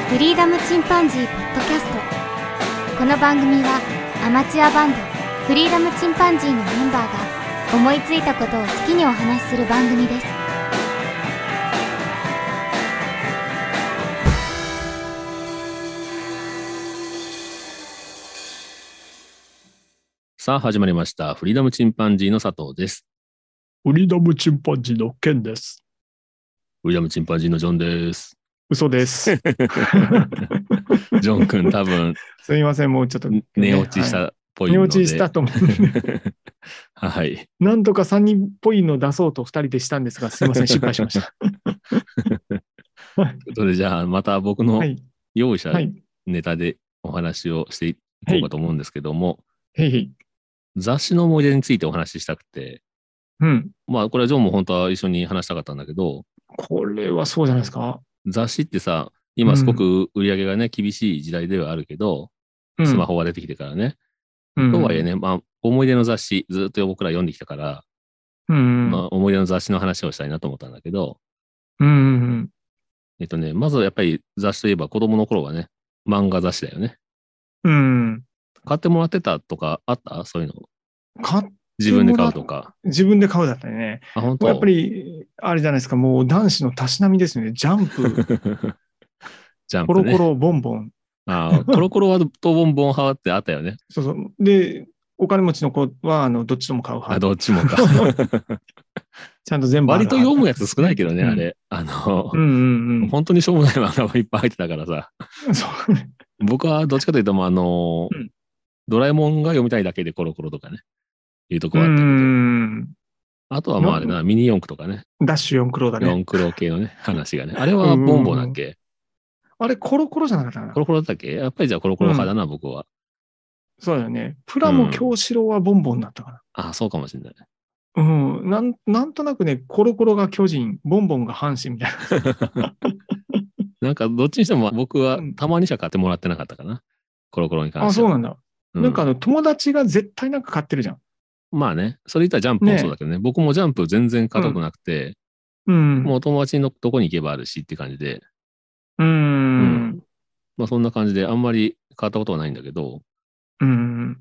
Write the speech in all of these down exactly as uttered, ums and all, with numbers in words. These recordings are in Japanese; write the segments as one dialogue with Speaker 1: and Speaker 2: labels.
Speaker 1: フリーダムチンパンジーポッドキャスト。この番組はアマチュアバンドフリーダムチンパンジーのメンバーが思いついたことを好きにお話しする番組です。
Speaker 2: さあ始まりました。フリーダムチンパンジーの佐藤です。
Speaker 3: フリーダムチンパンジーのケンです。
Speaker 2: フリーダムチンパンジーのジョンです。
Speaker 3: 嘘です。
Speaker 2: ジョン君多分
Speaker 3: すみません、もうちょっと、ね、
Speaker 2: 寝落ちしたっぽいので、
Speaker 3: はい、寝落ちしたと思う。
Speaker 2: はい。
Speaker 3: なんとかさんにんっぽいの出そうとふたりでしたんですが、すみません、失敗しました。
Speaker 2: ということで、じゃあまた僕の用意したネタでお話をしていこうかと思うんですけども、
Speaker 3: はいはい、
Speaker 2: 雑誌の思い出についてお話ししたくて、
Speaker 3: うん、
Speaker 2: まあこれはジョンも本当は一緒に話したかったんだけど、
Speaker 3: これはそうじゃないですか。
Speaker 2: 雑誌ってさ、今すごく売り上げがね、厳しい時代ではあるけど、
Speaker 3: うん、
Speaker 2: スマホが出てきてからね。
Speaker 3: うん、
Speaker 2: とはいえね、まあ、思い出の雑誌、ずっと僕ら読んできたから、
Speaker 3: うん、
Speaker 2: まあ、思い出の雑誌の話をしたいなと思ったんだけど、
Speaker 3: うん、
Speaker 2: えっとね、まずやっぱり雑誌といえば子供の頃はね、漫画雑誌だよね。
Speaker 3: うん。
Speaker 2: 買ってもらってたとかあったそういうの。
Speaker 3: 買って
Speaker 2: 自分で買うとか。
Speaker 3: 自分で買うだったね。
Speaker 2: あ、本当。
Speaker 3: やっぱり、あれじゃないですか、もう男子のたしなみですよね。ジャンプ。
Speaker 2: ジャンプ、ね、
Speaker 3: コロコロボンボン。
Speaker 2: ああ、コロコロはとボンボン派ってあったよね。
Speaker 3: そうそう。で、お金持ちの子は、あの、どっちとも買う派。
Speaker 2: あ、どっちもか。
Speaker 3: ちゃんと全部
Speaker 2: 割と読むやつ少ないけどね、うん、あれ。あの、
Speaker 3: うんうんうん、
Speaker 2: 本当にしょうもない漫画がいっぱい入ってたからさ。
Speaker 3: そう
Speaker 2: 僕はどっちかというと、あの、うん、ドラえもんが読みたいだけでコロコロとかね、いうとこはあったけど。うんあとはまああれな、ミニ四駆とかね。
Speaker 3: ダッシュ四駆郎だね。
Speaker 2: 四駆郎系のね、話がね。あれはボンボンだっけ？
Speaker 3: あれコロコロじゃなかったかな。
Speaker 2: コロコロだったっけ？やっぱりじゃあコロコロ派だな、うん、僕は。
Speaker 3: そうだよね。プラモ京志郎はボンボンだったかな。
Speaker 2: うん、ああ、そうかもしれない。
Speaker 3: うん。なん、なんとなくね、コロコロが巨人、ボンボンが阪神みたいな。
Speaker 2: なんかどっちにしても僕はたまにしか買ってもらってなかったかな。コロコロに関しては。
Speaker 3: あ、そうなんだ。うん、なんかあの友達が絶対なんか買ってるじゃん。
Speaker 2: まあね、それ言ったらジャンプもそうだけどね、ね僕もジャンプ全然買ったことなくて、うん、もう友達のとこに行けばあるしって感じで、
Speaker 3: うーん、うん、
Speaker 2: まあそんな感じであんまり買ったことはないんだけど、
Speaker 3: うん、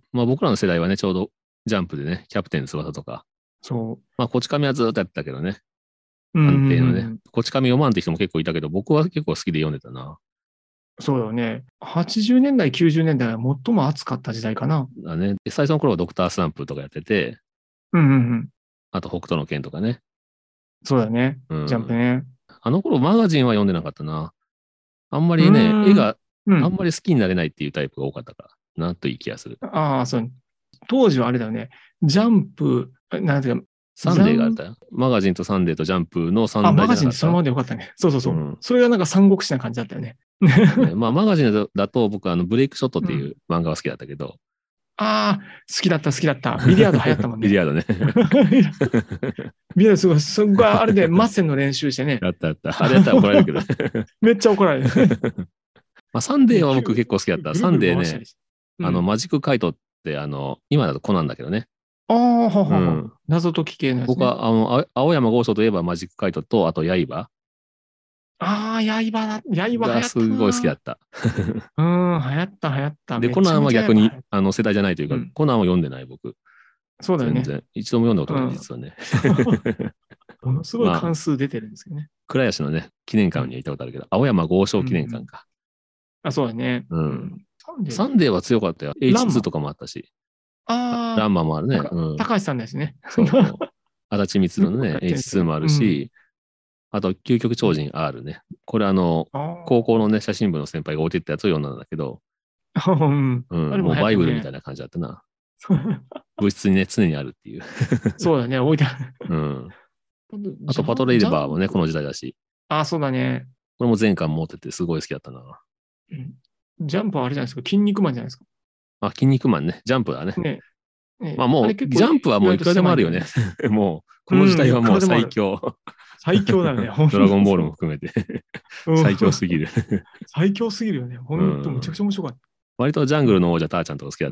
Speaker 2: まあ僕らの世代はね、ちょうどジャンプでね、キャプテン翼とか、
Speaker 3: そう。
Speaker 2: まあこち亀はずっとやってたけどね、安定のね、こち亀読まんって人も結構いたけど、僕は結構好きで読んでたな。
Speaker 3: そうよね。はちじゅうねんだい、きゅうじゅうねんだいは最も熱かった時代かな。
Speaker 2: だね。最初の頃はドクタースランプとかやってて、
Speaker 3: うんうんうん。
Speaker 2: あと北斗の拳とかね。
Speaker 3: そうだね。うん、ジャンプね。
Speaker 2: あの頃マガジンは読んでなかったな。あんまりね、絵があんまり好きになれないっていうタイプが多かったからなという気がする。
Speaker 3: ああ、そう。当時はあれだよね。ジャンプ、なんていうか、
Speaker 2: サンデーがあったよ。マガジンとサンデーとジャンプの三大じゃなかった。
Speaker 3: あ、マガジンそのままでよかったね。そうそうそう。うん、それがなんか三国志な感じだったよね。
Speaker 2: ねまあマガジンだと僕はあのブレイクショットっていう漫画は好きだったけど。うん、
Speaker 3: ああ、好きだった好きだった。ビリヤード流行ったもんね。
Speaker 2: ビリヤードね。
Speaker 3: ビリヤードすごい、すごいあれでマッセンの練習してね。
Speaker 2: やったやった。あれやったら怒られるけどね。
Speaker 3: めっちゃ怒られる。
Speaker 2: まあサンデーは僕結構好きだった。サンデーね、うん、あのマジックカイトってあの、今だとコナンだけどね。
Speaker 3: ああ、はは、うん、謎解き系のやつ、ね。
Speaker 2: 僕は、あの、青山剛昌といえばマジックカイトと、あと、刃。
Speaker 3: ああ、刃だ。刃流行ったな。
Speaker 2: すごい好きだった。
Speaker 3: うん、流行った流行った。
Speaker 2: で、コナンは逆に、あの、世代じゃないというか、うん、コナンは読んでない、僕。
Speaker 3: そうだよね。
Speaker 2: 全然。一度も読んだことない、実はね。
Speaker 3: ものすごい関数出てるんですけどね。
Speaker 2: 倉吉のね、記念館には行ったことあるけど、青山剛昌記念館か。
Speaker 3: あ、そうだね。
Speaker 2: うん。サンデーは強かったよ。エイチツー とかもあったし。
Speaker 3: ああ。
Speaker 2: ランマもあるね。
Speaker 3: 高橋さんですね。
Speaker 2: そうそう。足立光のね、エイチツー もあるし、あと、究極超人 R ね。これあの、高校のね、写真部の先輩が置いてったやつを読んだんだけど、うん、もうバイブルみたいな感じだったな。物質にね、常にあるっていう。
Speaker 3: そうだね、置いてある。
Speaker 2: うん。あと、パトレイバーもね、この時代だし。
Speaker 3: あ、そうだね。
Speaker 2: これも全巻持っててすごい好きだったな。
Speaker 3: ジャンプはあれじゃないですか、筋肉マンじゃないですか。
Speaker 2: あ、筋肉マンね。ジャンプだね。
Speaker 3: ね。ね
Speaker 2: まあもう、ジャンプはもういくらでもあるよね。もう、この時代はもう最強。
Speaker 3: うん、最強だよね。
Speaker 2: ドラゴンボールも含めて。最強すぎる。
Speaker 3: 最強すぎるよね。ほんと、めちゃくちゃ面白かった。
Speaker 2: 割とジャングルの王者ターちゃんとか好きだ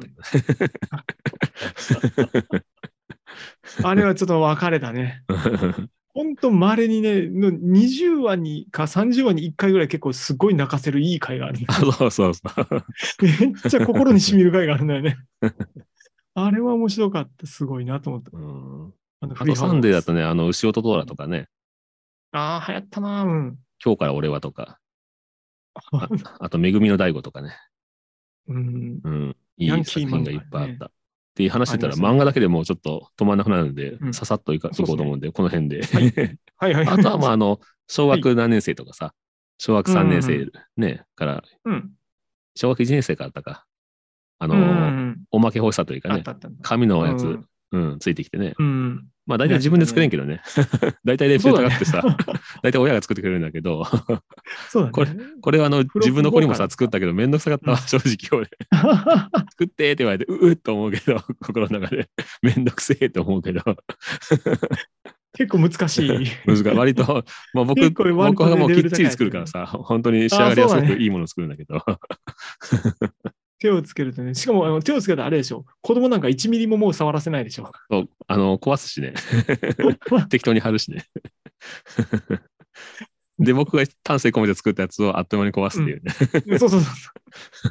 Speaker 2: ったけど。
Speaker 3: あれはちょっと別れたね。本当稀にね、のにじゅうわにかさんじゅうわにいっかいぐらい結構すごい泣かせるいい回がある。
Speaker 2: あ、そうそうそう。
Speaker 3: めっちゃ心に染みる回があるんだよね。あれは面白かった。すごいなと思った。
Speaker 2: うん、
Speaker 3: あの
Speaker 2: あとサンデーだとね、あの、牛音トーラとかね。
Speaker 3: ああ、流行ったな、うん。
Speaker 2: 今日から俺はとか。あ, あと、めぐみの大悟とかね。
Speaker 3: うん。
Speaker 2: うん。いい作品がいっぱいあった。っていう話してたら、
Speaker 3: ね、
Speaker 2: 漫画だけでもうちょっと止まんなくなるので、
Speaker 3: うん、
Speaker 2: ささっといか、いこうと思うんで、この辺で。
Speaker 3: はい。はいはい。
Speaker 2: あとは、まあ、あの、小学何年生とかさ、はい、小学さんねん生ね、から、
Speaker 3: うん、
Speaker 2: 小学いちねん生からあったか。あの、
Speaker 3: うん、
Speaker 2: おまけ欲しさというかね、紙のやつ、うんうん、ついてきてね。
Speaker 3: うん、
Speaker 2: まあ大体自分で作れんけどね。大体レベル高くてさ、大体親が作ってくれるんだけど、
Speaker 3: そうだね、
Speaker 2: これ、これはあの自分の子にもさ、作ったけどめんどくさかったわ、正直俺。作ってって言われて、ううっと思うけど、心の中で。めんどくせえと思うけど。
Speaker 3: 結構難しい。
Speaker 2: 難しい。割と、まあ僕、僕はもうきっちり作るからさ、本当に仕上がりはすごくいいものを作るんだけど。
Speaker 3: 手をつけるとね、しかもあの手をつけたらあれでしょ。子供なんかいちミリももう触らせないでしょ。
Speaker 2: そう、あの、壊すしね。適当に貼るしね。で、僕が丹精込めて作ったやつをあっという間に壊すっていうね。
Speaker 3: うん、そうそうそう。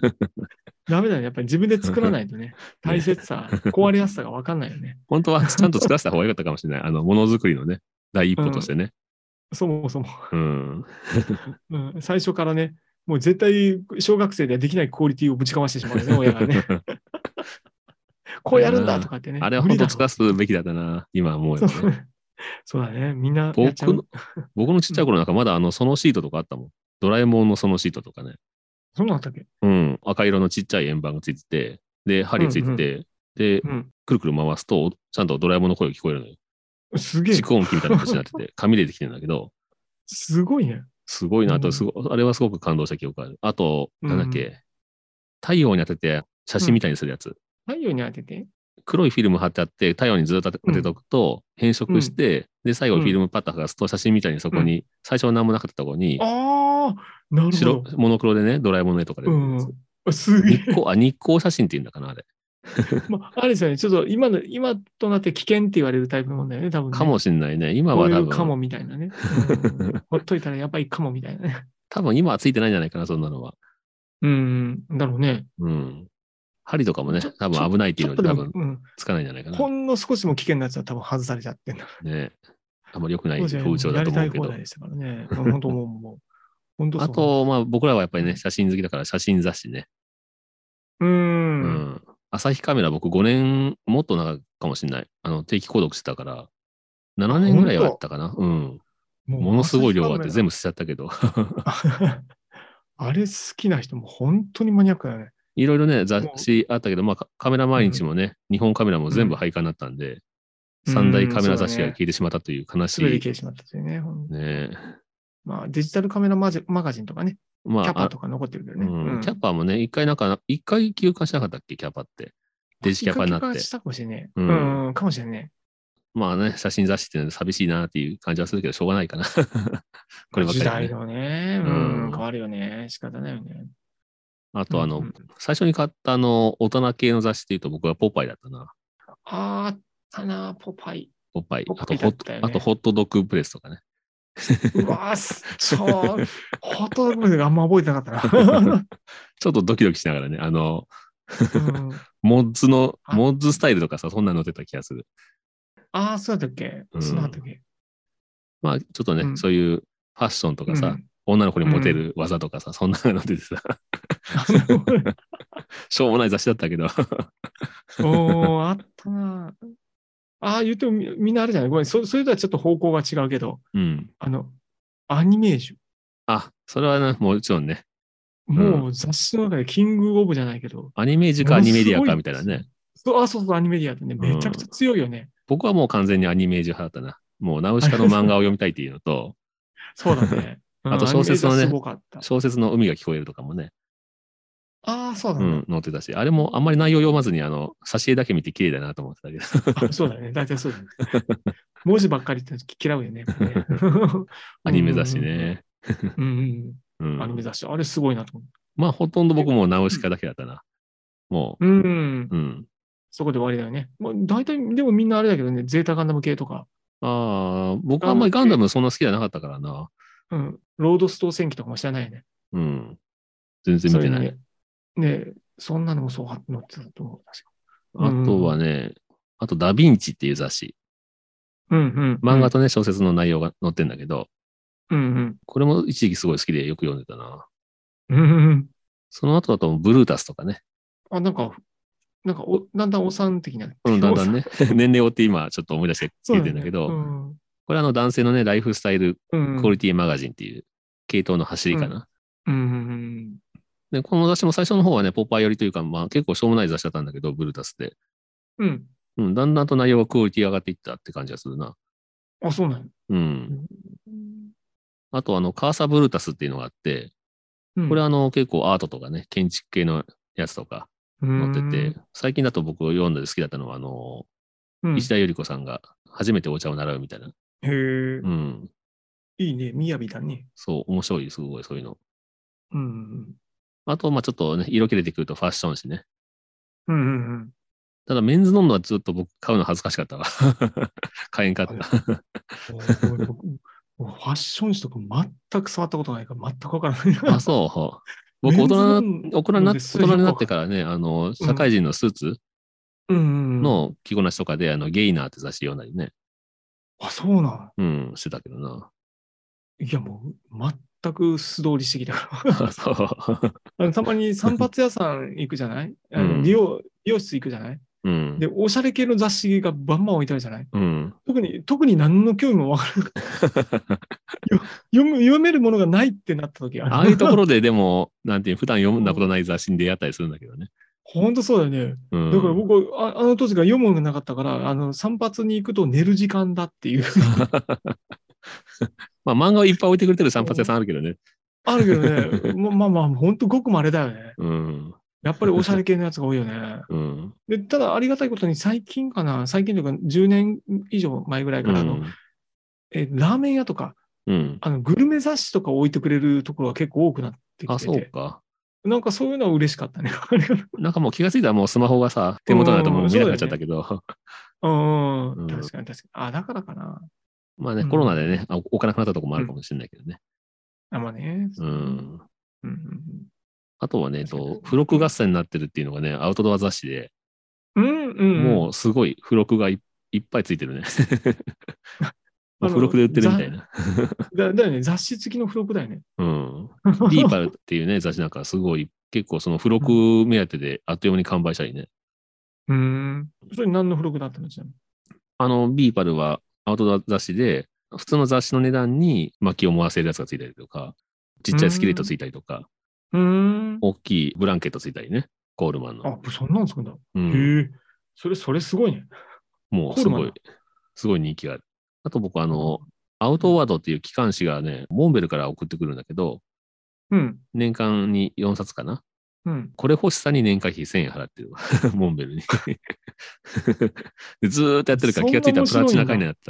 Speaker 3: ダメだね。やっぱり自分で作らないとね、大切さ、ね、壊れやすさが分かんないよね。
Speaker 2: 本当はちゃんと作らせた方が良かったかもしれない。あの、ものづくりのね、第一歩としてね。
Speaker 3: うん、そもそも、
Speaker 2: うん
Speaker 3: うん。最初からね、もう絶対小学生ではできないクオリティをぶちかましてしまうよね、親がね。こうやるんだとかってね。
Speaker 2: あれは本当使わすべきだったな、今思うよね。
Speaker 3: そうだね、みんな
Speaker 2: 僕の、僕のちっちゃい頃なんかまだあの、そのシートとかあったもん。ドラえもんのそのシートとかね。
Speaker 3: そんなんあったっけ？
Speaker 2: うん。赤色のちっちゃい円盤がついてて、で、針ついてて、うんうん、で、うん、くるくる回すと、ちゃんとドラえもんの声が聞こえるのよ。
Speaker 3: すげえ。
Speaker 2: 蓄音機みたいな形になってて、紙でできてるんだけど。
Speaker 3: すごいね。
Speaker 2: すごいなと、すご、うん、あれはすごく感動した記憶がある。あと、なんだっけ、うん、太陽に当てて写真みたいにするやつ。うん、
Speaker 3: 太陽に当てて
Speaker 2: 黒いフィルム貼ってあって、太陽にずっと当てておくと、変色して、うん、で、最後フィルムパッと剥がすと、写真みたいにそこに、うん、最初は何もなかったところに、
Speaker 3: ああ、なるほど。
Speaker 2: 白、モノクロでね、ドラえもんの絵とかで。うん、
Speaker 3: すげえ。
Speaker 2: 日光、あ、日光写真って言うんだかな、あれ。
Speaker 3: まあ、あれですよね、ちょっと今の、今となって危険って言われるタイプのもんだよね、多分、ね。
Speaker 2: かもしんないね。今は多分。
Speaker 3: かもみたいなね。うん、ほっといたらやっぱりかもみたいなね。
Speaker 2: 多分今はついてないんじゃないかな、そんなのは。
Speaker 3: うん、だろうね。
Speaker 2: うん。針とかもね、多分危ないっていうので多分つかないんじゃないかな。
Speaker 3: ほんの少しも危険なやつは多分外されちゃってんだ。
Speaker 2: ね。あんまり良くない風潮だと思うけど。
Speaker 3: やりたい放題でしたからね。本当もう、もう。本当そう。
Speaker 2: あと、まあ僕らはやっぱりね、写真好きだから写真雑誌ね。
Speaker 3: うん。
Speaker 2: うん。朝日カメラ僕ごねんもっと長いかもしれない。あの、定期購読してたから、ななねんぐらいはやったかな。うん。ものすごい量あって全部捨てちゃったけど。
Speaker 3: あれ好きな人も本当にマニアックだね。
Speaker 2: いろいろね、雑誌あったけど、まあカメラ毎日もね、うん、日本カメラも全部廃刊になったんで、うん、三大カメラ雑誌が消えてしまったという悲しい。
Speaker 3: 全て消えてしまったというね。
Speaker 2: ね
Speaker 3: まあデジタルカメラマガジンとかね、まあ、キャパとか残ってるけどね。
Speaker 2: うんうん、キャパもね、一回なんか、一回休刊しなかったっけ、キャパって。デジキャパになって。休刊
Speaker 3: したかもしれない。うん、うん、かもしれない。
Speaker 2: まあね、写真雑誌っていうのは寂しいなっていう感じはするけど、しょうがないかな。こればっかり、ね。時
Speaker 3: 代のね、うん、変わるよね。仕方ないよね。
Speaker 2: あと、あの、うんうん、最初に買ったあの、大人系の雑誌っていうと僕はポパイだったな。
Speaker 3: あったな、ポパイ。
Speaker 2: ポパイ。あとホット、ね、あとホットドッグプレスとかね。
Speaker 3: うわぁ、そう、ホットドッグプレスがあんま覚えてなかったな。
Speaker 2: ちょっとドキドキしながらね、あの、うん、モッズの、モッズスタイルとかさ、そんなの出た気がする。
Speaker 3: ああ、そうだったっけ、うん、そうだったっけ
Speaker 2: まあ、ちょっとね、うん、そういうファッションとかさ、うん女の子にモテる技とかさ、うん、そんなの出てさ。しょうもない雑誌だったけど。
Speaker 3: おー、あったな。ああ、言ってもみみんなあるじゃない。ごめん、そ, それとはちょっと方向が違うけど、
Speaker 2: うん、
Speaker 3: あの、アニメージュ。
Speaker 2: あ、それはね、もちろんね。
Speaker 3: もう雑誌の中でキングオブじゃないけど。
Speaker 2: アニメージュかアニメディアかみたいなね。
Speaker 3: そう、あ、そうそう、アニメディアってね、めちゃくちゃ強いよね。うん、
Speaker 2: 僕はもう完全にアニメージュ派だったな。もうナウシカの漫画を読みたいっていうのと、
Speaker 3: そうだね。
Speaker 2: あと小説のね、小説の海が聞こえるとかもね。
Speaker 3: ああ、そうだ
Speaker 2: ね。うん、載ってたし、あれもあんまり内容読まずに、あの、挿絵だけ見て綺麗だなと思ってたけど。
Speaker 3: あそうだね。大体そうだね。文字ばっかりって嫌うよね。
Speaker 2: アニメ雑誌ね。
Speaker 3: うんうん。アニメ雑誌、あれすごいなと思う。
Speaker 2: まあ、ほとんど僕もナウシカだけだったな。も
Speaker 3: う。うん。
Speaker 2: うん。
Speaker 3: そこで終わりだよね。もう大体、でもみんなあれだけどね、ゼータガンダム系とか。
Speaker 2: ああ、僕はあんまりガンダムそんな好きじゃなかったからな。
Speaker 3: うん。ロードストー戦記とかも知らないよね。
Speaker 2: うん。全然見てない。
Speaker 3: ね、ねそんなのもそう載ってたと思う。確か
Speaker 2: あとはね、あとダヴィンチっていう雑誌。
Speaker 3: うんうん、
Speaker 2: 漫画とね、小説の内容が載ってんだけど、
Speaker 3: うんうん、
Speaker 2: これも一時期すごい好きでよく読んでたな。
Speaker 3: うんうん、
Speaker 2: その後だとブルータスとかね。
Speaker 3: あ、なんか、なんかお、だんだんお産的な。
Speaker 2: うん、だんだんね、年齢を追って今ちょっと思い出してくれてるんだけど、
Speaker 3: ねうん、
Speaker 2: これはあの男性のね、ライフスタイルクオリティマガジンっていう系統の走りかな。
Speaker 3: うんうんうん
Speaker 2: で、この雑誌も最初の方はね、ポッパー寄りというか、まあ結構しょうもない雑誌だったんだけど、ブルータスで。
Speaker 3: うん。
Speaker 2: うん、だんだんと内容がクオリティ上がっていったって感じがするな。
Speaker 3: あ、そうなんや。
Speaker 2: うん。あと、あの、カーサブルータスっていうのがあって、これはあの、結構アートとかね、建築系のやつとか載ってて、最近だと僕読んで好きだったのは、あの、うん、石田ゆり子さんが初めてお茶を習うみたいな。
Speaker 3: へえ。うん。いいね。雅だね。
Speaker 2: そう、面白い、すごい、そういうの。
Speaker 3: うん。
Speaker 2: あと、まあちょっとね、色気出てくるとファッション誌ね。
Speaker 3: うんうんうん。
Speaker 2: ただ、メンズノンノはずっと僕買うの恥ずかしかったわ。買えんかった。フ
Speaker 3: ァッション誌とか全く触ったことないから全くわからない。
Speaker 2: あ、そう。僕、大人、大人になって、大人になってからね、あの、社会人のスーツの着こなしとかで、あの、ゲイナーって雑誌読んだりね。
Speaker 3: あ、そうなん
Speaker 2: うん、してたけどな。
Speaker 3: いや、もう、全く素通りしてきたからそう。あのたまに散髪屋さん行くじゃないあの美容、美容室行くじゃないうん、で、おしゃれ系の雑誌がバンバン置いてあるじゃない、うん、特に、特に何の興味もわからない読む。読めるものがないってなった時
Speaker 2: ああいうところででも、なんていう、普段読んだことない雑誌に出会ったりするんだけどね。
Speaker 3: 本当そうだよね。うん、だから僕あ、あの当時が読むのがなかったから、あの散髪に行くと寝る時間だっていう。
Speaker 2: まあ漫画をいっぱい置いてくれてる散髪屋さんあるけどね。
Speaker 3: あるけどね。まあまあ、本当ごく稀だよね。うん。やっぱりおしゃれ系のやつが多いよね。うん、でただ、ありがたいことに最近かな、最近というかじゅうねん以上前ぐらいからの、うん、えラーメン屋とか、うん、あのグルメ雑誌とか置いてくれるところが結構多くなってきてて。あ、そうか。なんかそういうのは嬉しかったね。
Speaker 2: なんかもう気がついたらもうスマホがさ、手元になるともう見なくなっちゃったけど。
Speaker 3: うん、うん、確かに確かに。あ、だからかな。
Speaker 2: まあね、うん、コロナでね、置かなくなったところもあるかもしれないけどね。
Speaker 3: うん、あ、まあね。
Speaker 2: うん。うん、あとはね、と付録合戦になってるっていうのがね、アウトドア雑誌で、うんうん、もうすごい付録が い, いっぱいついてるね。もう付録で売ってるみたいな。
Speaker 3: だ, だよね、雑誌付きの付録だよね。
Speaker 2: うん。リーパルっていうね、雑誌なんかすごい、結構その付録目当てであっという間に完売したりね。
Speaker 3: うん。それ何の付録だったのじゃ
Speaker 2: あの、ビーパルはアウトドア雑誌で、普通の雑誌の値段に薪を燃やせるやつがついたりとか、ちっちゃいスキレットついたりとか、うん大きいブランケットついたりね、コールマンの。
Speaker 3: あ、そんなんつくんだ。うん、へえ。それ、それすごいね。
Speaker 2: もうすごい、すごい人気がある。あと僕、あの、アウトワードっていう機関誌がね、モンベルから送ってくるんだけど、うん、年間によんさつかな。うん、これ欲しさに年会費せんえん払ってるわ。モンベルに。ずーっとやってるから気がついたらプラチナ会になった。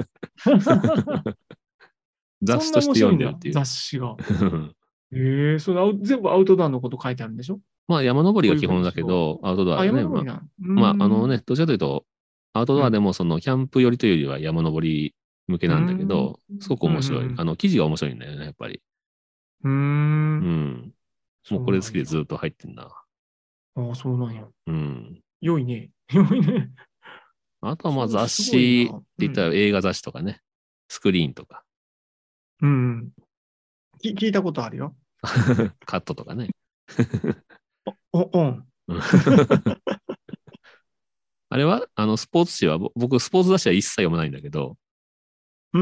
Speaker 2: 雑誌として読んでるっていう。
Speaker 3: 雑誌が。へえ、それ全部アウトドアのこと書いてあるんでしょ
Speaker 2: まあ山登りが基本だけど、アウトドアでね。まあ、まあ、あのね、どちらかというと、アウトドアでもそのキャンプ寄りというよりは山登り向けなんだけど、すごく面白い。あの、記事が面白いんだよね、やっぱり。うん。うん。もうこれ好きでずっと入ってんな。
Speaker 3: ああ、そうなんや。うん。良いね。良いね。
Speaker 2: あとはまあ雑誌って言ったら映画雑誌とかね、スクリーンとか。
Speaker 3: うん。聞いたことあるよ。
Speaker 2: カットとかね。
Speaker 3: お、お、ん。
Speaker 2: あれはあの、スポーツ紙は、僕、スポーツ雑誌は一切読まないんだけど、うん。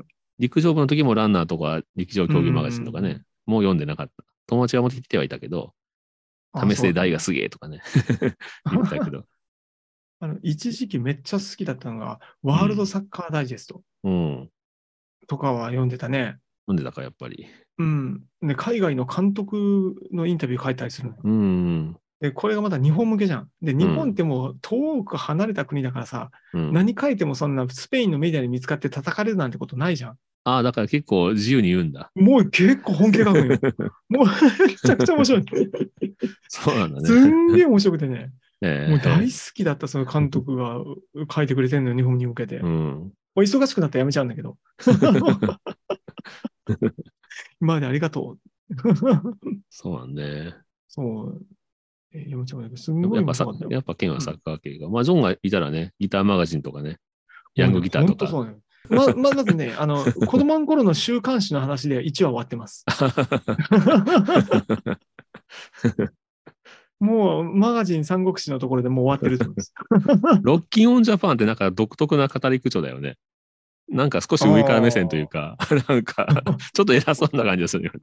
Speaker 2: 陸上部の時もランナーとか、陸上競技マガジンとかね、もう読んでなかった。友達が持ってきてはいたけど、試せ大がすげえとかね、言ったけど。
Speaker 3: あの一時期めっちゃ好きだったのが、ワールドサッカーダイジェスト。うん。とかは読んでたね。
Speaker 2: 読んでたか、やっぱり。
Speaker 3: うん。で、海外の監督のインタビュー書いたりするのよ。うん。で、これがまだ日本向けじゃん。で、日本ってもう遠く離れた国だからさ、うん、何書いてもそんなスペインのメディアに見つかって叩かれるなんてことないじゃん。
Speaker 2: ああ、だから結構自由に言うんだ。
Speaker 3: もう結構本気で書くよ。もうめちゃくちゃ面白い。
Speaker 2: そうなんだね。
Speaker 3: すんげえ面白くてね。えー、もう大好きだった、その監督が書いてくれてるのよ、日本に向けて。うん。 お忙しくなったらやめちゃうんだけど。今までありがとう。
Speaker 2: そうなんね。
Speaker 3: そう。えー、読めちゃうんだけど、すごい
Speaker 2: やっぱさ、やっぱケンはサッカー系が。うん、まあ、ジョンがいたらね、ギターマガジンとかね、ヤングギターとか。
Speaker 3: 本当そうね。ま、ま、まずね、あの、子供の頃の週刊誌の話でいちわ終わってます。もう、マガジン三国志のところでもう終わってると思います。
Speaker 2: ロッキンオンジャパンってなんか独特な語り口調だよね。なんか少し上から目線というか、なんか、ちょっと偉そうな感じがするよね。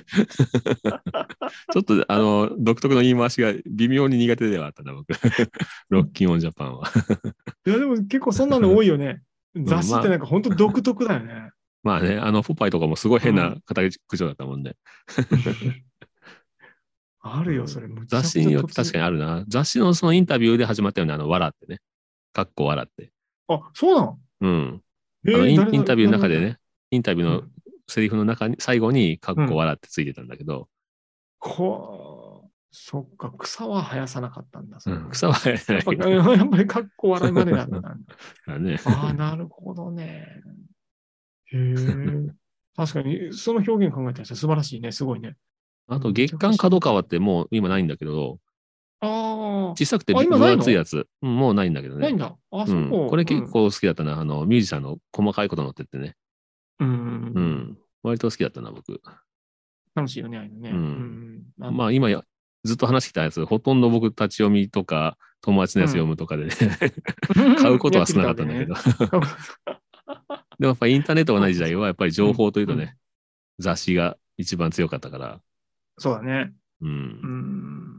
Speaker 2: ちょっと、あの、独特の言い回しが微妙に苦手ではあったな、僕。ロッキンオンジャパンは。
Speaker 3: いや、でも結構そんなの多いよね。雑誌ってなんか本当独特だよね。
Speaker 2: まあね、あの、ポパイとかもすごい変な語り口調だったもんね。
Speaker 3: あるよ、それ。
Speaker 2: 雑誌によって確かにあるな。雑誌のそのインタビューで始まったよね、あの、笑ってね。かっこ笑って。
Speaker 3: あ、そうなの？
Speaker 2: うん。あのイン、インタビューの中でね、インタビューのセリフの中に、最後にかっこ笑ってついてたんだけど。
Speaker 3: ほ、うん、そっか、草は生やさなかったんだ。
Speaker 2: うん、草は生やさない。
Speaker 3: やっぱりかっこ笑いまでだったんだ。
Speaker 2: あ, ね、
Speaker 3: ああ、なるほどね。へえ。確かに、その表現考えたら素晴らしいね。すごいね。
Speaker 2: あと、月刊角川ってもう今ないんだけど、
Speaker 3: ああ。
Speaker 2: 小さくて分厚いやつ。もうないんだけどね。
Speaker 3: ないんだ。あ、そう、
Speaker 2: うん。これ結構好きだったな。あの、ミュージシャンの細かいこと載ってってね。
Speaker 3: うん。
Speaker 2: うん。割と好きだったな、僕。
Speaker 3: 楽しいよね、ああいうのね。うん。
Speaker 2: うん、まあ、今や、ずっと話してたやつ、ほとんど僕立ち読みとか、友達のやつ読むとかでね、うん、買うことは少なかったんだけど。でもやっぱインターネットがない時代は、やっぱり情報というとね、うん、雑誌が一番強かったから。
Speaker 3: そうだね。
Speaker 2: うん。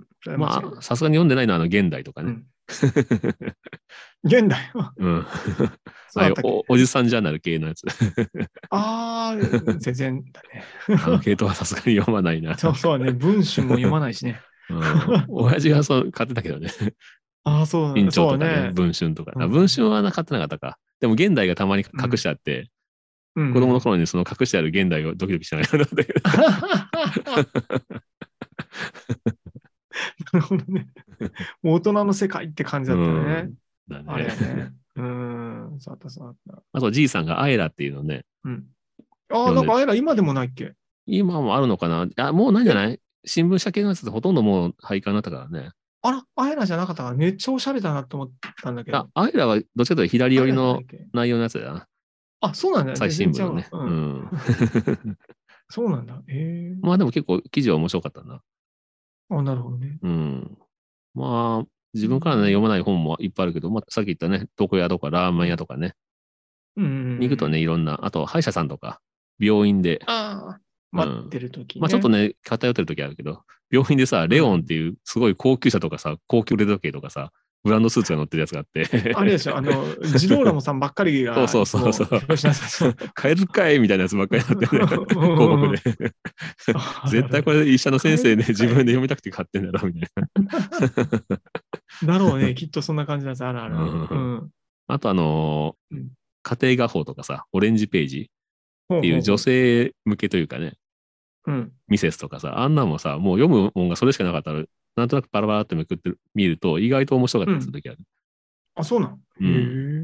Speaker 3: うん、
Speaker 2: まあ、さすがに読んでないのは、あの、現代とかね。うん、
Speaker 3: 現代は
Speaker 2: うん。お, おじさんジャーナル系のやつ。
Speaker 3: ああ、全然だね。
Speaker 2: あの系統はさすがに読まないな。
Speaker 3: そうそうね。文春も読まないしね。
Speaker 2: うん。親父がそう買ってたけどね。
Speaker 3: ああ、そう
Speaker 2: 委員長とかね、文春とか。うん、文春は買ってなかったか。でも現代がたまに隠してあって、うん、子供の頃にその隠してある現代をドキドキしながら読んだけど。
Speaker 3: なるほどね。もう大人の世界って感じだったね。うん、だね。あれね。うん、そうだった、そうだった。
Speaker 2: あと、じいさんがアエラっていうのね。
Speaker 3: うん。ああ、なんかアエラ今でもないっけ？
Speaker 2: 今もあるのかな？あ、もうないんじゃない？新聞社系のやつってほとんどもう廃刊になったからね。
Speaker 3: あら、アエラじゃなかったから、めっちゃおしゃれだなと思ったんだけど。
Speaker 2: あ、アエラはどっちかというと左寄りの内容のやつだな。
Speaker 3: あ、そうなんだ。
Speaker 2: 最新聞のね。うん。
Speaker 3: そうなんだ。ええ。
Speaker 2: まあでも結構記事は面白かったな。
Speaker 3: あ、なるほどね。
Speaker 2: うん。まあ、自分からね、読まない本もいっぱいあるけど、まあ、さっき言ったね、床屋とかラーメン屋とかね。
Speaker 3: うん。
Speaker 2: に行くとね、いろんな、あと歯医者さんとか、病院で。
Speaker 3: ああ、待ってる時、ね、
Speaker 2: まあちょっとね、偏ってる時あるけど、病院でさ、レオンっていうすごい高級車とかさ、高級腕時計とかさ、ブランドスーツが乗ってるやつがあって。
Speaker 3: あれでしょ、あの、ジローラモさんばっかりが。
Speaker 2: そうそうそうそう。買えるかいみたいなやつばっかりなってね、広告で。絶対これ医者の先生ね、自分で読みたくて買ってんだろ、みたい
Speaker 3: な。だろうね、きっとそんな感じなんです、あるある。うん、
Speaker 2: あとあのーうん、家庭画法とかさ、オレンジページっていう女性向けというかね、
Speaker 3: うん、
Speaker 2: ミセスとかさ、あんなもさ、もう読むもんがそれしかなかったら、なんとなくパラパラってめくってみると、意外と面白かったりするときある、うん。
Speaker 3: あ、そうなの？
Speaker 2: うん、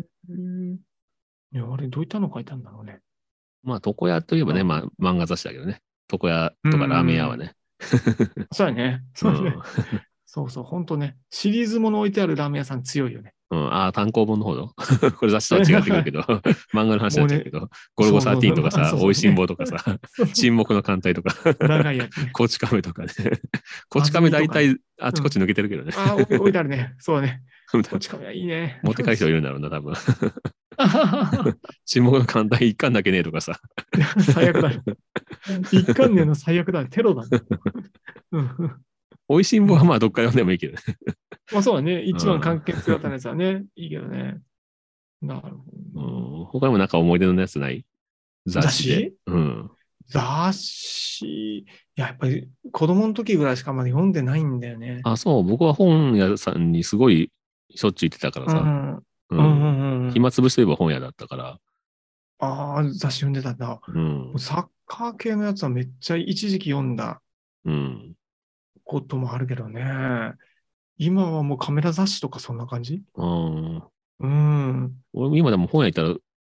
Speaker 3: へえ。いや、あれ、どういったの書いたんだろうね。
Speaker 2: まあ、床屋といえばね、まあ、漫画雑誌だけどね。床屋とかラーメン屋はね。
Speaker 3: そうやね。そうやね。そうそう、ほんとね。シリーズもの置いてあるラーメン屋さん強いよね。
Speaker 2: うん、ああ、単行本の方のこれ雑誌とは違ってくるけど、漫画の話になっちゃうけど、ね、ゴルゴじゅうさんとかさ、おいしんぼとかさ、沈黙の艦隊とか、
Speaker 3: 長いやつね。
Speaker 2: こち亀とかね。こち亀大体あちこち抜けてるけどね。
Speaker 3: うん、ああ、置いてあるね。そうね。こち亀はいいね。
Speaker 2: 持って帰る人いるんだろうな、多分。沈黙の艦隊一巻だけねえとかさ。
Speaker 3: 最悪だ。一巻ねの最悪だ。テロだ、ね。
Speaker 2: おいしんぼはまあどっか読んでもいいけどね。
Speaker 3: まあそうだね。一番関係強かったやつはね、いいけどね。なるほ
Speaker 2: ど、うん。他にもなんか思い出のやつない？雑誌で。
Speaker 3: 雑誌？うん。雑誌。いや、やっぱり子供の時ぐらいしかまだ読んでないんだよね。
Speaker 2: あ、そう。僕は本屋さんにすごいしょっちゅう行ってたからさ。
Speaker 3: うんうんうんうん、
Speaker 2: 暇つぶしといえば本屋だったから。
Speaker 3: ああ、雑誌読んでたんだ。うん、サッカー系のやつはめっちゃ一時期読んだこともあるけどね。今はもうカメラ雑誌とかそんな感じ？
Speaker 2: うん。
Speaker 3: うん。
Speaker 2: 俺今でも本屋行ったら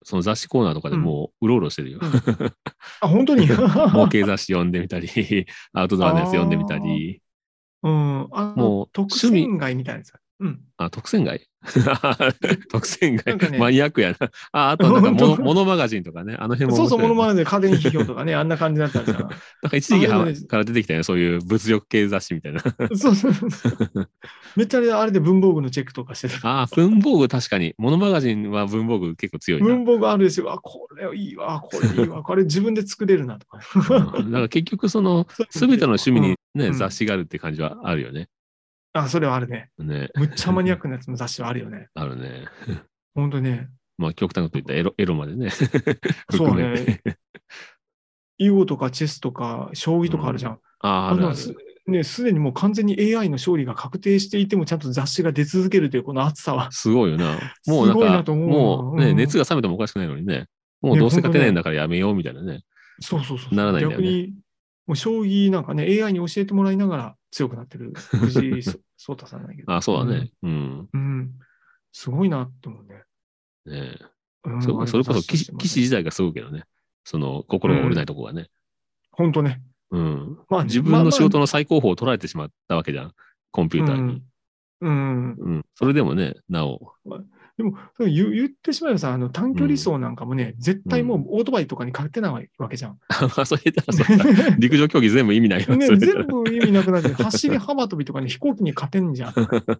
Speaker 2: その雑誌コーナーとかでもううろうろしてるよ。うん、
Speaker 3: あ、本当に
Speaker 2: 模型雑誌読んでみたり、アウトドアのやつ読んでみたり。
Speaker 3: うん。あもう、特選街みたいなやつ。うん。
Speaker 2: あ、特選街特選街、ね、マニアックやな。あ、あとなんかモノ、モノマガジンとかね、あの辺も、ね。
Speaker 3: そうそう、モノマガジン、家電批評とかね、あんな感じだったじゃん。なん
Speaker 2: か一時期はから出てきたよね、そういう物欲系雑誌みたいな。
Speaker 3: そうそうそう。めっちゃあれで文房具のチェックとかしてた。
Speaker 2: ああ、文房具確かに。モノマガジンは文房具結構強いな。
Speaker 3: 文房具あるですよ。あ、これいいわ、これいいわ、これ自分で作れるなとか。
Speaker 2: うん、だから結局その、すべての趣味にね、うん、雑誌があるって感じはあるよね。
Speaker 3: あ、それはあるね。
Speaker 2: ね。
Speaker 3: むっちゃマニアックなやつの雑誌はあるよね。
Speaker 2: あるね。
Speaker 3: ほんとね。
Speaker 2: まあ極端なこと言ったらエロ、エロまでね。
Speaker 3: そうね。囲碁とかチェスとか将棋とかあるじゃん。うん、
Speaker 2: ああ、あるある。
Speaker 3: ね、すでにもう完全に エーアイ の勝利が確定していてもちゃんと雑誌が出続けるというこの熱さは。
Speaker 2: すごいよな。もうなんか、もうね、うん、熱が冷めてもおかしくないのにね。もうどうせ勝てないんだからやめようみたいなね。ね
Speaker 3: そうそうそう。
Speaker 2: ならないんだよね。
Speaker 3: 逆に、もう将棋なんかね、エーアイ に教えてもらいながら強くなってる藤井聡太さんなんだけど。
Speaker 2: あ、そうだね。うん。
Speaker 3: うん。すごいなって思うね。
Speaker 2: ねえ。うん、そ, それこそ棋士、棋士時代がすごいけどね。その心が折れないとこがね。
Speaker 3: ほんとね。
Speaker 2: うん。まあ、自分の仕事の最高峰を取られてしまったわけじゃん。コンピューターに。
Speaker 3: うん。
Speaker 2: うん。それでもね、なお。
Speaker 3: まあ、でも言、言ってしまえばさ、あの短距離走なんかもね、うん、絶対もうオートバイとかに勝てないわけじゃん。
Speaker 2: まあ、そう言ったらそうだ。陸上競技全部意味ないよ
Speaker 3: ね。全部意味なくなって、走り幅跳びとかに飛行機に勝てんじゃん。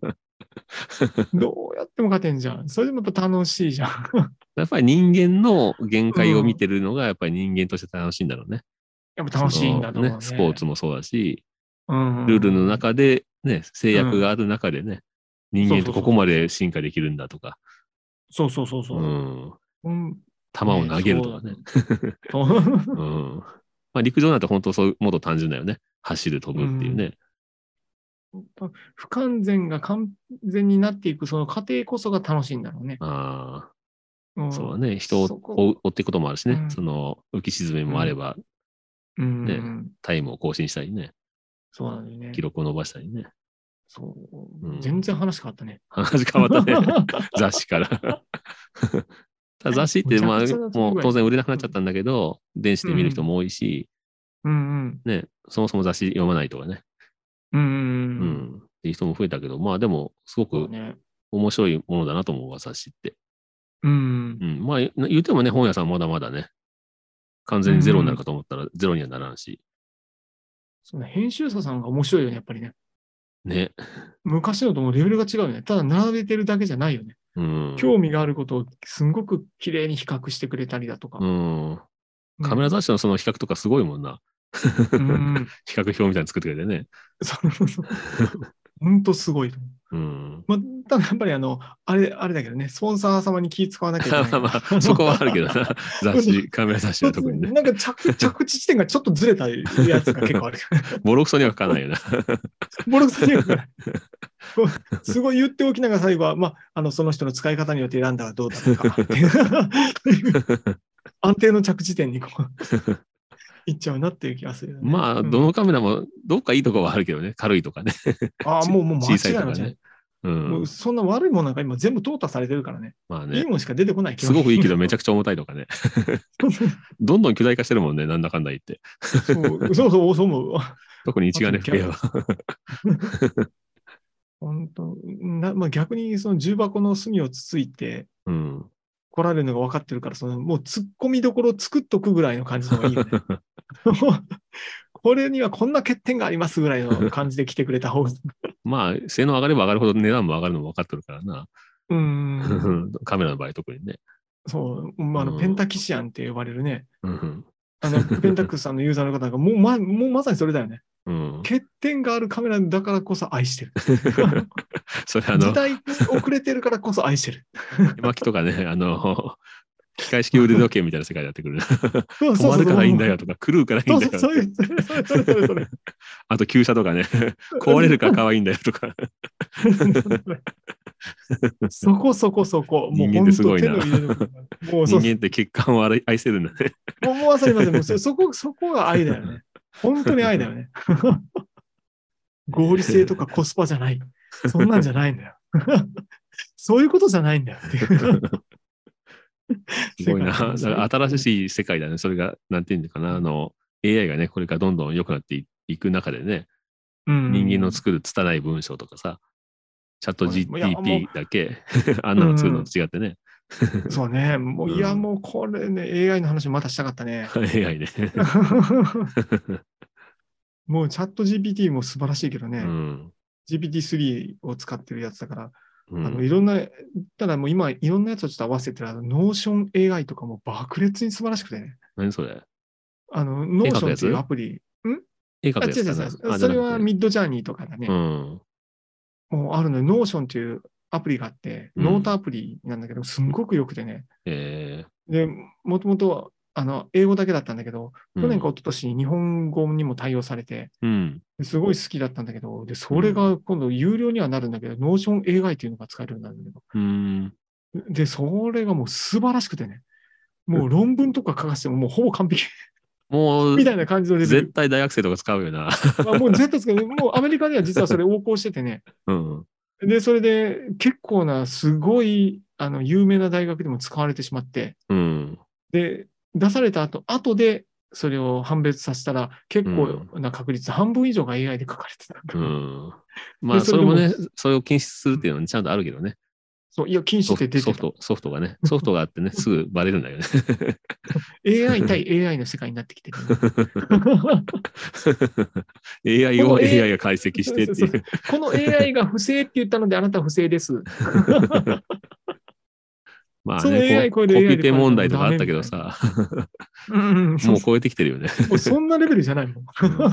Speaker 3: どうやっても勝てんじゃん。それでもやっぱ楽しいじゃん。
Speaker 2: やっぱり人間の限界を見てるのが、やっぱり人間として楽しいんだろうね。
Speaker 3: やっぱ楽しいんだと思うね。
Speaker 2: ね、スポーツもそうだし、
Speaker 3: うんうん、
Speaker 2: ルールの中で、ね、制約がある中でね、うん、人間ってここまで進化できるんだとか。
Speaker 3: そうそうそうそう。
Speaker 2: うん。球を投げるとかね。うん。まあ、陸上なんて本当そういうもっと単純だよね。走る、飛ぶっていうね。
Speaker 3: うん、不完全が完全になっていくその過程こそが楽しいんだろうね。
Speaker 2: ああ。うん、そうだね。人を追っていくこともあるしね。うん、その浮き沈みもあれば、
Speaker 3: うん
Speaker 2: ね、
Speaker 3: うん、
Speaker 2: タイムを更新したりね。
Speaker 3: そうなんだよね。
Speaker 2: 記録を伸ばしたりね。
Speaker 3: そう。うん、全然話変わったね。
Speaker 2: 話変わったね。雑誌から。ただ雑誌って、まあ、もう当然売れなくなっちゃったんだけど、うん、電子で見る人も多いし、
Speaker 3: うんうん、
Speaker 2: ね、そもそも雑誌読まないとかね。
Speaker 3: うんうんうん。
Speaker 2: うん。っていう人も増えたけど、まあでも、すごく面白いものだなと思うわ、雑誌って。
Speaker 3: うん。
Speaker 2: うん。まあ、言ってもね、本屋さんまだまだね、完全にゼロになるかと思ったらゼロにはならんし。
Speaker 3: その編集者さんが面白いよね、やっぱりね。
Speaker 2: ね。
Speaker 3: 昔のともレベルが違うよね。ただ並べてるだけじゃないよね。
Speaker 2: うん、
Speaker 3: 興味があることをすんごく綺麗に比較してくれたりだとか。
Speaker 2: うん。カメラ雑誌のその比較とかすごいもんな。うん、比較表みたいなの作ってくれてね。
Speaker 3: そうそうそう。本当すごいと思う。
Speaker 2: うん、
Speaker 3: まあ、ただやっぱりあの、あれ、あれだけどね、スポンサー様に気使わなきゃいけない。
Speaker 2: まあ、そこはあるけどな、雑誌、カメラ雑誌は特にね。
Speaker 3: なんか着着地地点がちょっとずれたやつが結構ある。
Speaker 2: ボロクソには書かないよな。
Speaker 3: ボロクソには書かない。すごい言っておきながら最後は、まあ、あのその人の使い方によって選んだらどうだろうかっていう安定の着地点にこう。いっちゃうなっていう気がするよね。
Speaker 2: まあ、どのカメラもどっかいいとこはあるけどね、軽いとかね。
Speaker 3: ああ、もう、もう間違いない
Speaker 2: とかね。うん、
Speaker 3: もうそんな悪いものなんか今全部淘汰されてるからね。
Speaker 2: まあね。
Speaker 3: いいもんしか出てこない。
Speaker 2: すごくいいけどめちゃくちゃ重たいとかね。どんどん巨大化してるもんね、なんだかんだ言って。
Speaker 3: そうそうそう、そう思う。
Speaker 2: 特に一眼レフ系は。
Speaker 3: 本当な、まあ、逆にその重箱の隅をつついて、
Speaker 2: うん
Speaker 3: 来られるのが分かってるから、そのもう突っ込みどころを作っとくぐらいの感じの方がいいよね。これにはこんな欠点がありますぐらいの感じで来てくれた方が。
Speaker 2: まあ、性能上がれば上がるほど値段も上がるのも分かってるからな。
Speaker 3: うん。
Speaker 2: カメラの場合特にね。
Speaker 3: そう、まあ、あのペンタキシアンって呼ばれるね。
Speaker 2: うん、
Speaker 3: あのペンタックスさんのユーザーの方がもうま、もうまさにそれだよね。
Speaker 2: うん、
Speaker 3: 欠点があるカメラだからこそ愛してる。
Speaker 2: それあの
Speaker 3: 時代に遅れてるからこそ愛してる。
Speaker 2: 手巻きとかね、あの、機械式腕時計みたいな世界になってくる。止まるからいいんだよとか、狂うからいいんだよ。
Speaker 3: そういう、それそれそれそれそれ。
Speaker 2: あと旧車とかね、壊れるから可愛いんだよとか。
Speaker 3: そこそこそこ。
Speaker 2: 人間ってすごいな。
Speaker 3: もう
Speaker 2: 人間って血管を愛せるんだね。
Speaker 3: もう、もうまさにまさに、そこ、そこが愛だよね。本当に愛だよね。合理性とかコスパじゃない。そんなんじゃないんだよ。そういうことじゃないんだよっていう。
Speaker 2: すごいな。だから新しい世界だね。それが、なんていうのかな、あの、エーアイ がね、これからどんどん良くなっていく中でね、うん、人間の作る拙い文章とかさ、チャット ジーティーピー だけ、あんなの作るのと違ってね。
Speaker 3: うん、そうね。もう、いや、もうこれね、エーアイ の話またしたかったね。
Speaker 2: エーアイ ね。
Speaker 3: もうチャット ジーピーティー も素晴らしいけどね。うん、ジーピーティースリー を使ってるやつだから、うん、あのいろんな、ただもう今、いろんなやつをちょっと合わせてる、ノーション エーアイ とかも爆裂に素晴らしくてね。
Speaker 2: 何それ
Speaker 3: あの、ノーションっていうアプリ。ん
Speaker 2: 絵描くやつ
Speaker 3: かな。それはミッドジャーニーとかだね。うん、もうあるの、ノーションっていうアプリがあって、うん、ノートアプリなんだけど、すんごく良くてね。えー、で、もともと、あの、英語だけだったんだけど、去年か一昨年に日本語にも対応されて、うん、すごい好きだったんだけど、で、それが今度有料にはなるんだけど、ノーション エーアイ っていうのが使えるようになるんだけど、うん、で、それがもう素晴らしくてね、もう論文とか書かせてももうほぼ完璧。
Speaker 2: もう、
Speaker 3: みたいな感じのレベル。
Speaker 2: 絶対大学生とか使うよな。
Speaker 3: まあもう絶対使う。もうアメリカでは実はそれ横行しててね。うん、で、それで結構なすごいあの有名な大学でも使われてしまって、うん、で、出された後、後でそれを判別させたら結構な確率、うん、半分以上が エーアイ で書かれてた。うん、
Speaker 2: まあ、それもね、それを禁止するっていうのにちゃんとあるけどね。
Speaker 3: そう、いや、禁止って出てた。
Speaker 2: ソフト、ソフトがね、ソフトがあってね、すぐバレるんだよね。
Speaker 3: エーアイ 対 エーアイ の世界になってきてる、ね。
Speaker 2: エーアイ を エーアイ が解析してっていう。
Speaker 3: この エーアイ が不正って言ったので、あなたは不正です。
Speaker 2: まあね、コピペ問題とかあったけどさ、もう超えてきてるよね。
Speaker 3: もうそんなレベルじゃないもん。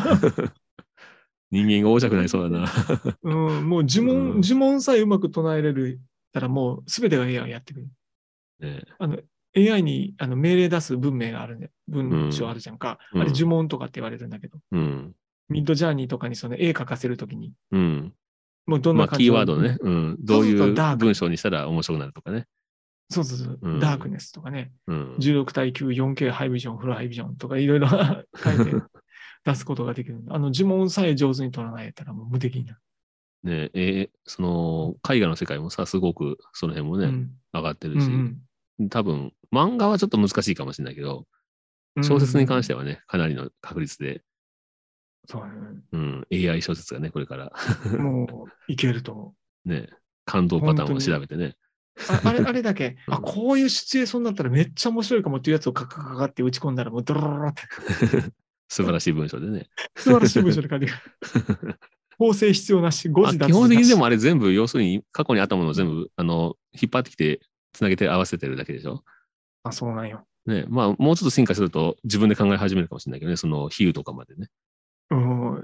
Speaker 2: 人間が多くなりそうだな。
Speaker 3: うん、もう呪文、うん、呪文さえうまく唱えれるたらもう全てが エーアイ やってくる。ね、あの エーアイ にあの命令出す文明があるね。文章あるじゃんか。うん、あれ呪文とかって言われるんだけど。うん、ミッドジャーニーとかにその絵描かせるときに。うん、もうどんな感じ、
Speaker 2: まあ、キーワードね、うん。どういう文章にしたら面白くなるとかね。
Speaker 3: そうそうそう。うん、ダークネスとかね。うん、じゅうろく対きゅう、よんケー ハイビジョン、フルハイビジョンとかいろいろ書いて出すことができる。あの呪文さえ上手に唱えたらもう無敵になる。
Speaker 2: ねえー、その絵画の世界もさ、すごくその辺もね、うん、上がってるし、うんうん、多分漫画はちょっと難しいかもしれないけど、小説に関してはね、かなりの確率で、
Speaker 3: そうね、
Speaker 2: うん、エーアイ 小説がね、これから。
Speaker 3: もういけると。
Speaker 2: ね、感動パターンを調べてね。
Speaker 3: あ, あれ、あれだけ、うん、あ、こういうシチュエーションだったらめっちゃ面白いかもっていうやつをカカカカって打ち込んだらもうドロロロって。
Speaker 2: 素晴らしい文章でね。
Speaker 3: 素晴らしい文章で書いてくる。構成必要なし、誤字
Speaker 2: 基本的にでもあれ全部、要するに過去にあったものを全部、あの、引っ張ってきて、つなげて合わせてるだけでしょ。
Speaker 3: あ、そうなんよ。
Speaker 2: ね、まあ、もうちょっと進化すると自分で考え始めるかもしれないけどね、その比喩とかまでね。
Speaker 3: うん。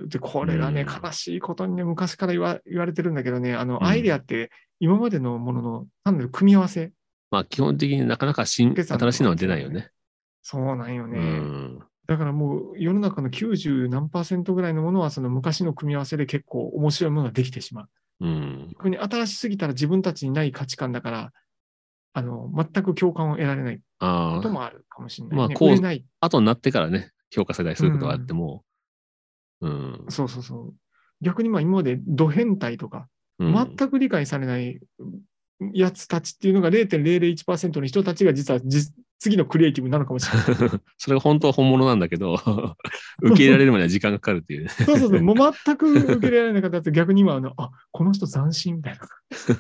Speaker 3: で、これがね、うん、悲しいことにね、昔から言わ言われてるんだけどね、あの、うん、アイデアって今までのものの単なる組み合わせ。
Speaker 2: まあ、基本的になかなか新新しいのは出ないよね。
Speaker 3: そうなんよね。うんだからもう世の中のきゅうじゅうなんパーセントぐらいのものはその昔の組み合わせで結構面白いものができてしまう。うん、逆に新しすぎたら自分たちにない価値観だから、あの、全く共感を得られないこともあるかもしれない、ね。
Speaker 2: まあ、こう、ない後になってからね、評価されたりすることがあっても、
Speaker 3: うんうん。そうそうそう。逆にまあ今までド変態とか、全く理解されないやつたちっていうのが ゼロてんゼロゼロいちパーセント の人たちが実は実次のクリエイティブなのかもしれない。
Speaker 2: それが本当は本物なんだけど、受け入れられるまでは時間がかかるっていう、ね。
Speaker 3: そうそうそう、もう全く受け入れられなかったやつ、逆に今あの、あ、この人斬新みたいな。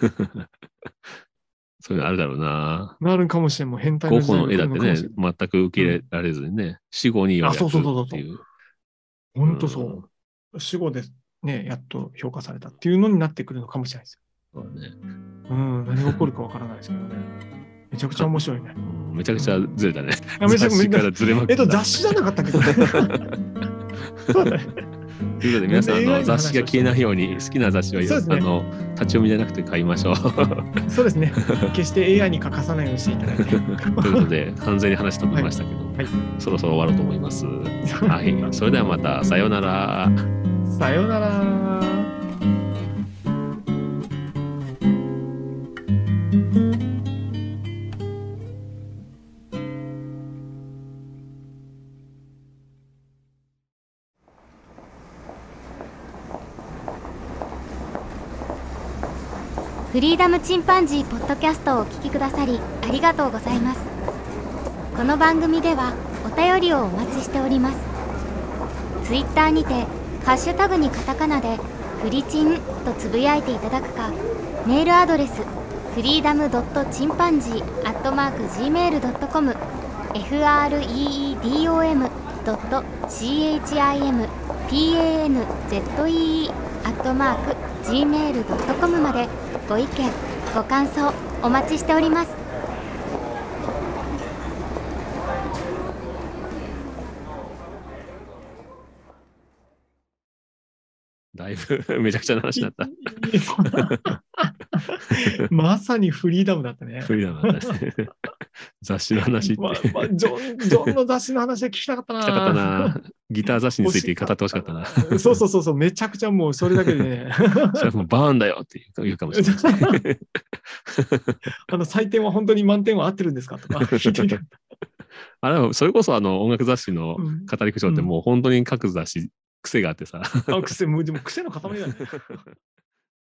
Speaker 2: そういうのあるだろうな。
Speaker 3: なるかもしれん、もう変態
Speaker 2: の時代ゴッホの絵だってね、全く受け入れられずにね、うん、死後に言われるっていう。あ、そうそうそうそう。
Speaker 3: 本当そう。うん、死後でね、やっと評価されたっていうのになってくるのかもしれないですよ。そうね。うん、何が起こるかわからないですけどね。めちゃくちゃ面白いね。
Speaker 2: うん、めちゃくちゃずれたね。
Speaker 3: めちゃくちゃ
Speaker 2: からずれまくった。
Speaker 3: えっと、雑誌じゃなかったけどね。
Speaker 2: そうだね。ということで、皆さん、あの雑誌が消えないように、好きな雑誌は、ね、あの立ち読みじゃなくて買いましょう。
Speaker 3: そうですね。決して エーアイ に欠かさないようにしていただいて。と
Speaker 2: いうことで、完全に話飛びましたけど、はいはい、そろそろ終わろうと思います。はい。それではまた、さようなら。
Speaker 3: さようなら。
Speaker 1: フリーダムチンパンジーポッドキャストをお聞きくださりありがとうございます。 この番組ではお便りをお待ちしております。ツイッターにてハッシュタグにカタカナでフリチンとつぶやいていただくか、メールアドレスフリーダムドットチンパンジーアットマーク ジーメールドットコム フリーダムドットチンパンジーアットマーク ジーメールドットコム までご意見ご感想お待ちしております。
Speaker 2: だいぶめちゃくちゃな話になった。
Speaker 3: まさにフリーダムだったね。
Speaker 2: フリーダムだったね。雑誌の話って。
Speaker 3: まあまあ、ジョン、ジョンの雑誌の話は聞きたかったな。
Speaker 2: 聞きたかったな。ギター雑誌について語ってほしかったな。
Speaker 3: そうそうそうそう、めちゃくちゃもうそれだけでね。
Speaker 2: それもうバーンだよって言うかもしれない。
Speaker 3: あの採点は本当に満点は合ってるんですかとか聞いてみた。
Speaker 2: あれそれこそあの音楽雑誌の語り口調ってもう本当に各雑誌癖があってさ。
Speaker 3: あ、癖、もうでも癖の塊だね。